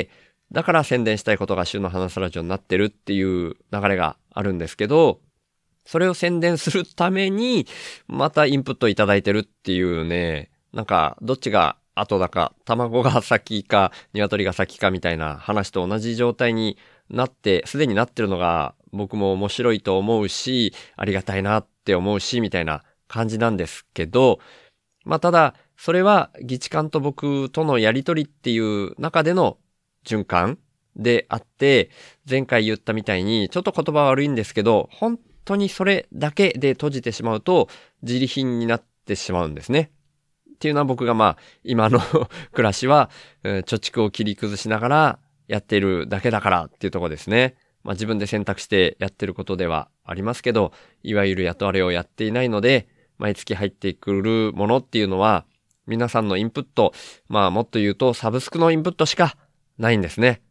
だから宣伝したいことが週の話すラジオになってるっていう流れがあるんですけど、それを宣伝するためにまたインプットいただいてるっていうね、なんかどっちが後だか、卵が先か鶏が先かみたいな話と同じ状態になって、すでになってるのが僕も面白いと思うし、ありがたいなって思うしみたいな感じなんですけど、まあただそれは議事官と僕とのやりとりっていう中での循環であって、前回言ったみたいにちょっと言葉悪いんですけど、本当にそれだけで閉じてしまうと自利品になってしまうんですね。っていうのは僕がまあ今の暮らしは、えー、貯蓄を切り崩しながらやっているだけだからっていうところですね。まあ自分で選択してやってることではありますけど、いわゆる雇われをやっていないので、毎月入ってくるものっていうのは皆さんのインプット、まあもっと言うとサブスクのインプットしかないんですね。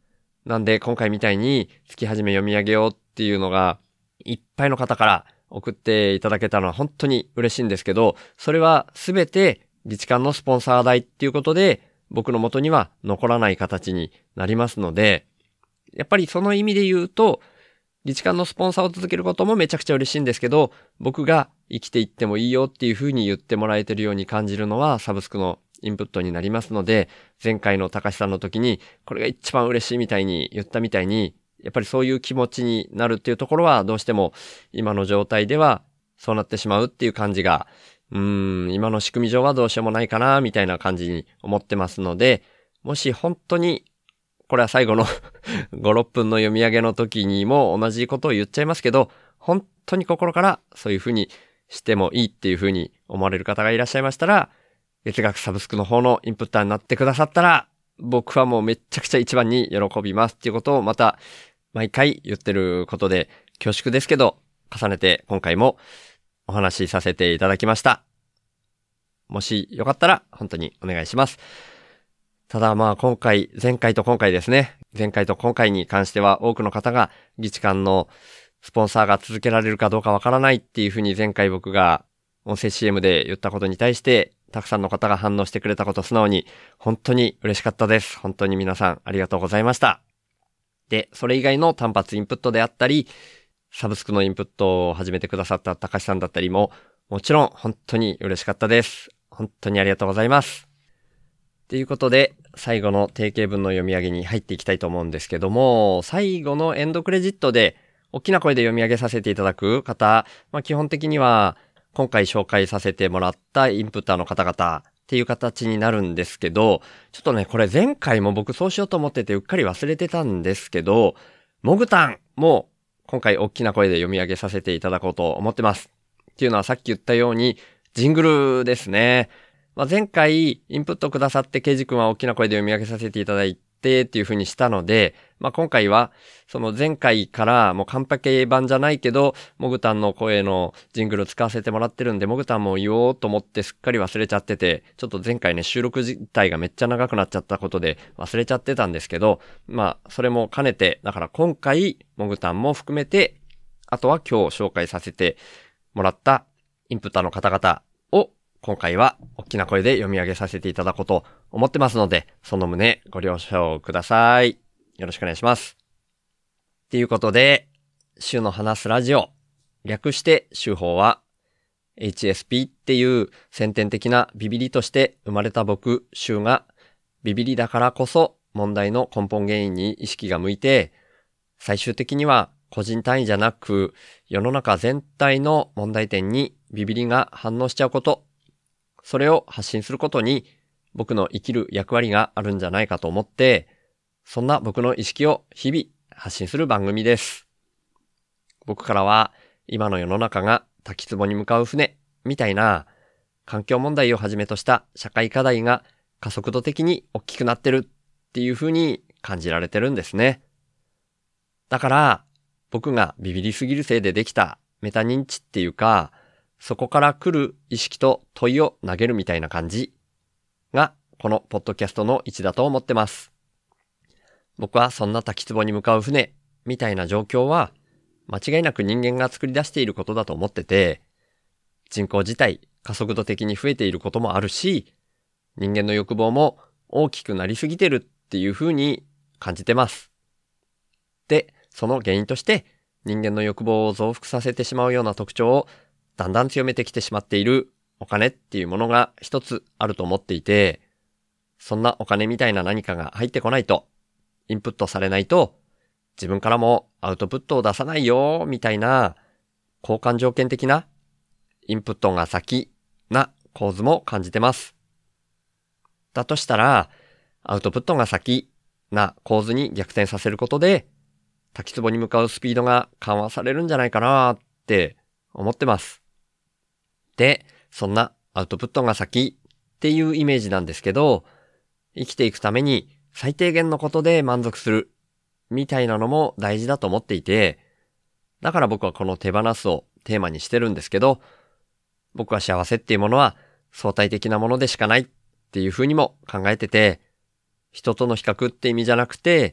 なんで今回みたいに月始め読み上げようっていうのがいっぱいの方から送っていただけたのは本当に嬉しいんですけど、それはすべてリチカンのスポンサー代っていうことで僕の元には残らない形になりますので、やっぱりその意味で言うと、リチカンのスポンサーを続けることもめちゃくちゃ嬉しいんですけど、僕が生きていってもいいよっていう風に言ってもらえてるように感じるのはサブスクのインプットになりますので、前回の高橋さんの時にこれが一番嬉しいみたいに言ったみたいに、やっぱりそういう気持ちになるっていうところはどうしても今の状態ではそうなってしまうっていう感じが、うーん、今の仕組み上はどうしようもないかなみたいな感じに思ってますので、もし本当にこれは最後のご、ろっぷんの読み上げの時にも同じことを言っちゃいますけど、本当に心からそういう風にしてもいいっていう風に思われる方がいらっしゃいましたら、月額サブスクの方のインプッターになってくださったら、僕はもうめっちゃくちゃ一番に喜びますっていうことをまた毎回言ってることで恐縮ですけど、重ねて今回もお話しさせていただきました。もしよかったら本当にお願いします。ただまあ今回、前回と今回ですね。前回と今回に関しては多くの方がリチカンのスポンサーが続けられるかどうかわからないっていうふうに前回僕が音声 シーエム で言ったことに対してたくさんの方が反応してくれたこと素直に本当に嬉しかったです。本当に皆さんありがとうございました。で、それ以外の単発インプットであったり、サブスクのインプットを始めてくださった高橋さんだったりももちろん本当に嬉しかったです。本当にありがとうございます。ということで、最後の定型文の読み上げに入っていきたいと思うんですけども、最後のエンドクレジットで大きな声で読み上げさせていただく方、まあ基本的には今回紹介させてもらったインプッターの方々っていう形になるんですけど、ちょっとね、これ前回も僕そうしようと思っててうっかり忘れてたんですけど、モグタンも今回大きな声で読み上げさせていただこうと思ってます。っていうのはさっき言ったようにジングルですね。まあ、前回インプットくださってケイジ君は大きな声で読み上げさせていただいてっていう風にしたので、まあ、今回はその前回からもうカンパケ版じゃないけどモグタンの声のジングル使わせてもらってるんで、モグタンも言おうと思ってすっかり忘れちゃってて、ちょっと前回ね収録自体がめっちゃ長くなっちゃったことで忘れちゃってたんですけど、まあそれも兼ねて、だから今回モグタンも含めて、あとは今日紹介させてもらったインプッターの方々を今回は大きな声で読み上げさせていただこうと思ってますので、その旨ご了承ください。よろしくお願いします。ということで、週の話すラジオ、略して週報は エイチエスピー っていう先天的なビビリとして生まれた僕、週がビビリだからこそ問題の根本原因に意識が向いて、最終的には個人単位じゃなく世の中全体の問題点にビビリが反応しちゃうこと、それを発信することに僕の生きる役割があるんじゃないかと思って、そんな僕の意識を日々発信する番組です。僕からは今の世の中が滝壺に向かう船みたいな環境問題をはじめとした社会課題が加速度的に大きくなってるっていう風に感じられてるんですね。だから僕がビビりすぎるせいでできたメタ認知っていうか、そこから来る意識と問いを投げるみたいな感じがこのポッドキャストの位置だと思ってます。僕はそんな滝壺に向かう船みたいな状況は間違いなく人間が作り出していることだと思ってて、人口自体加速度的に増えていることもあるし、人間の欲望も大きくなりすぎてるっていう風に感じてます。で、その原因として人間の欲望を増幅させてしまうような特徴をだんだん強めてきてしまっているお金っていうものが一つあると思っていて、そんなお金みたいな何かが入ってこないと、インプットされないと、自分からもアウトプットを出さないよみたいな交換条件的なインプットが先な構図も感じてます。だとしたら、アウトプットが先な構図に逆転させることで、滝壺に向かうスピードが緩和されるんじゃないかなって思ってます。で、そんなアウトプットが先っていうイメージなんですけど、生きていくために最低限のことで満足するみたいなのも大事だと思っていて、だから僕はこの手放すをテーマにしてるんですけど、僕は幸せっていうものは相対的なものでしかないっていうふうにも考えてて、人との比較って意味じゃなくて、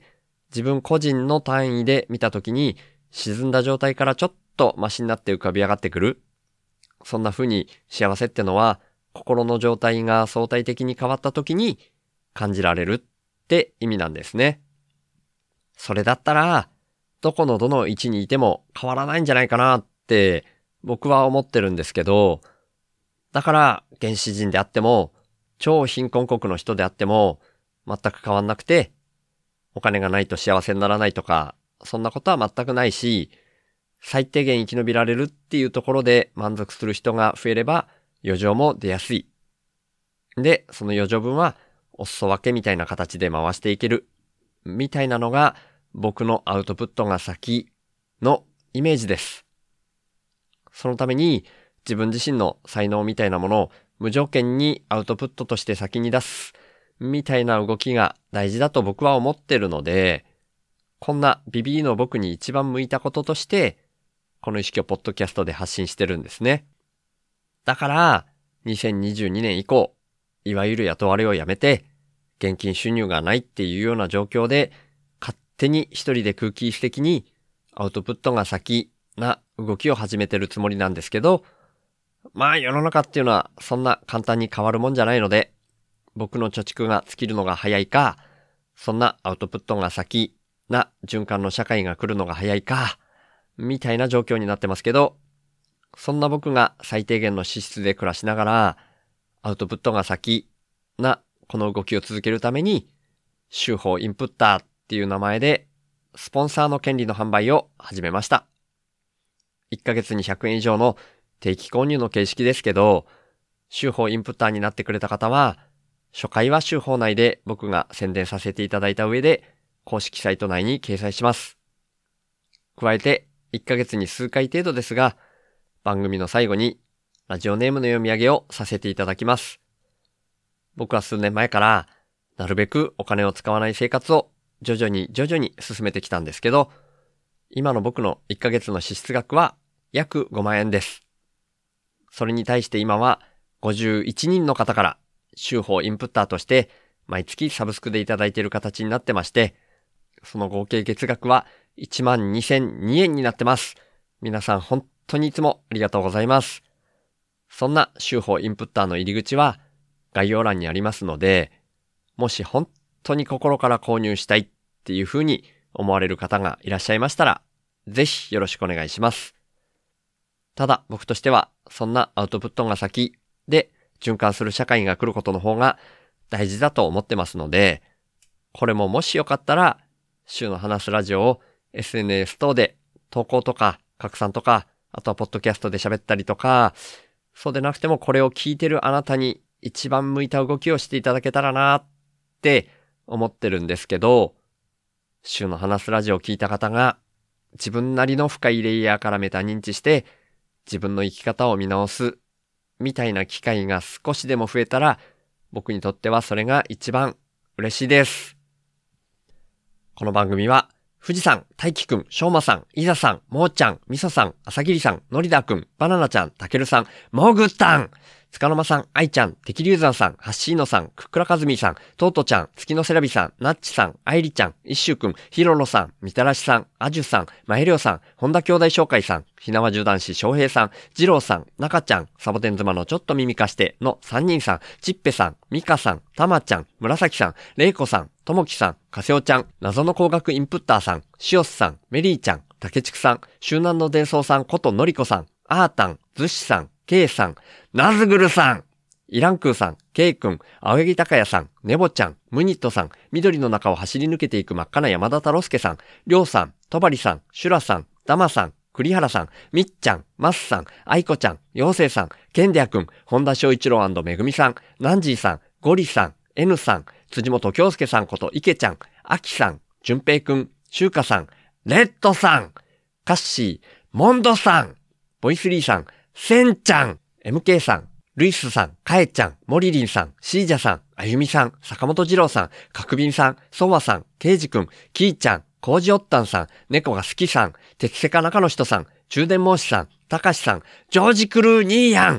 自分個人の単位で見たときに沈んだ状態からちょっとマシになって浮かび上がってくる。そんな風に幸せってのは心の状態が相対的に変わったときに感じられるって意味なんですね。それだったらどこのどの位置にいても変わらないんじゃないかなって僕は思ってるんですけど、だから原始人であっても超貧困国の人であっても全く変わんなくて、お金がないと幸せにならないとか、そんなことは全くないし、最低限生き延びられるっていうところで満足する人が増えれば余剰も出やすい。で、その余剰分はお裾分けみたいな形で回していける。みたいなのが僕のアウトプットが先のイメージです。そのために自分自身の才能みたいなものを無条件にアウトプットとして先に出す。みたいな動きが大事だと僕は思ってるので、こんなビビーの僕に一番向いたこととして、この意識をポッドキャストで発信してるんですね。だから、にせんにじゅうにねん以降、いわゆる雇われをやめて、現金収入がないっていうような状況で、勝手に一人で空気質的にアウトプットが先な動きを始めてるつもりなんですけど、まあ世の中っていうのはそんな簡単に変わるもんじゃないので、僕の貯蓄が尽きるのが早いか、そんなアウトプットが先な循環の社会が来るのが早いか、みたいな状況になってますけど、そんな僕が最低限の資質で暮らしながら、アウトプットが先なこの動きを続けるために、週報インプッターっていう名前で、スポンサーの権利の販売を始めました。いっかげつにひゃくえん以上の定期購入の形式ですけど、週報インプッターになってくれた方は、初回は週報内で僕が宣伝させていただいた上で、公式サイト内に掲載します。加えて、いっかげつに数回程度ですが、番組の最後にラジオネームの読み上げをさせていただきます。僕は数年前から、なるべくお金を使わない生活を徐々に徐々に進めてきたんですけど、今の僕のいっかげつの支出額は約ごまんえんです。それに対して今はごじゅういちにんの方から週報インプッターとして毎月サブスクでいただいている形になってまして、その合計月額はいちまんにせんにえんになってます。皆さん本当にいつもありがとうございます。そんな週報インプッターの入り口は概要欄にありますので、もし本当に心から購入したいっていうふうに思われる方がいらっしゃいましたら、ぜひよろしくお願いします。ただ僕としてはそんなアウトプットが先で循環する社会が来ることの方が大事だと思ってますので、これももしよかったら週の話すラジオを エスエヌエス 等で投稿とか拡散とか、あとはポッドキャストで喋ったりとか、そうでなくてもこれを聞いてるあなたに一番向いた動きをしていただけたらなって思ってるんですけど、週の話すラジオを聞いた方が自分なりの深いレイヤーからメタ認知して自分の生き方を見直すみたいな機会が少しでも増えたら、僕にとってはそれが一番嬉しいです。この番組は富士山、大輝くん、しょうまさん、いざさん、もーちゃん、みそさん、あさぎりさん、のりだくん、バナナちゃん、たけるさん、もぐったん、つかの間さん、あいちゃん、てきりゅうざんさん、はっしーのさん、くっくらかずみさん、とうとちゃん、月のせらびさん、なっちさん、あいりちゃん、いっしゅうくん、ひろろさん、みたらしさん、あじゅさん、まへりょうさん、本田兄弟紹介さん、ひなわじゅう男子しょうへいさん、じろうさん、なかちゃん、サボテン妻のちょっと耳かしてのさんにんさん、ちっぺさん、みかさん、たまちゃん、むらさきさん、れいこさん、ともきさん、かせおちゃん、謎の工学インプッターさん、しおすさん、メリーちゃん、たけちくさん、周南の伝送さんことのりこさん、あーたん、ずっしさん、けいさん、なずぐるさん、イランクーさん、ケイくん、青柳高也さん、ネボちゃん、ムニットさん、緑の中を走り抜けていく真っ赤な山田太郎介さん、りょうさん、とばりさん、シュラさん、ダマさん、栗原さん、みっちゃん、マスさん、アイコちゃん、ヨウセイさん、ケンデアくん、本田翔一郎&めぐみさん、ナンジーさん、ゴリさん、N さん、辻本京介さんこと池ちゃん、アキさん、淳平くん、シュウカさん、レッドさん、カッシー、モンドさん、ボイスリーさん、センちゃん、エムケー さん、ルイスさん、カエちゃん、モリリンさん、シージャさん、あゆみさん、坂本二郎さん、かくびんさん、ソワさん、ケイジくん、キーちゃん、コージオッタンさん、猫が好きさん、テキセカ中の人さん、中電申しさん、たかしさん、ジョージクルーニーヤン、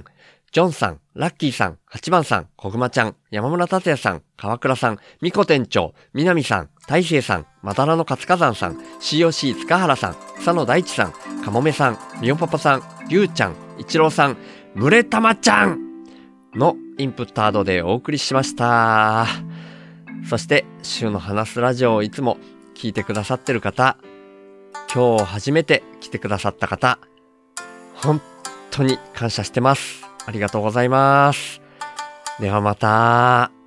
ジョンさん、ラッキーさん、はちばんさん、こぐまちゃん、山村達也さん、川倉さん、みこ店長、みなみさん、大勢さん、まだらの活火山さん、シーオーシー 塚原さん、佐野大地さん、かもめさん、みおパパさん、りゅうちゃん、いちろうさん、むれたまちゃんのインプットアドでお送りしました。そして、週の話すラジオをいつも聞いてくださってる方、今日初めて来てくださった方、本当に感謝してます。ありがとうございます。ではまた。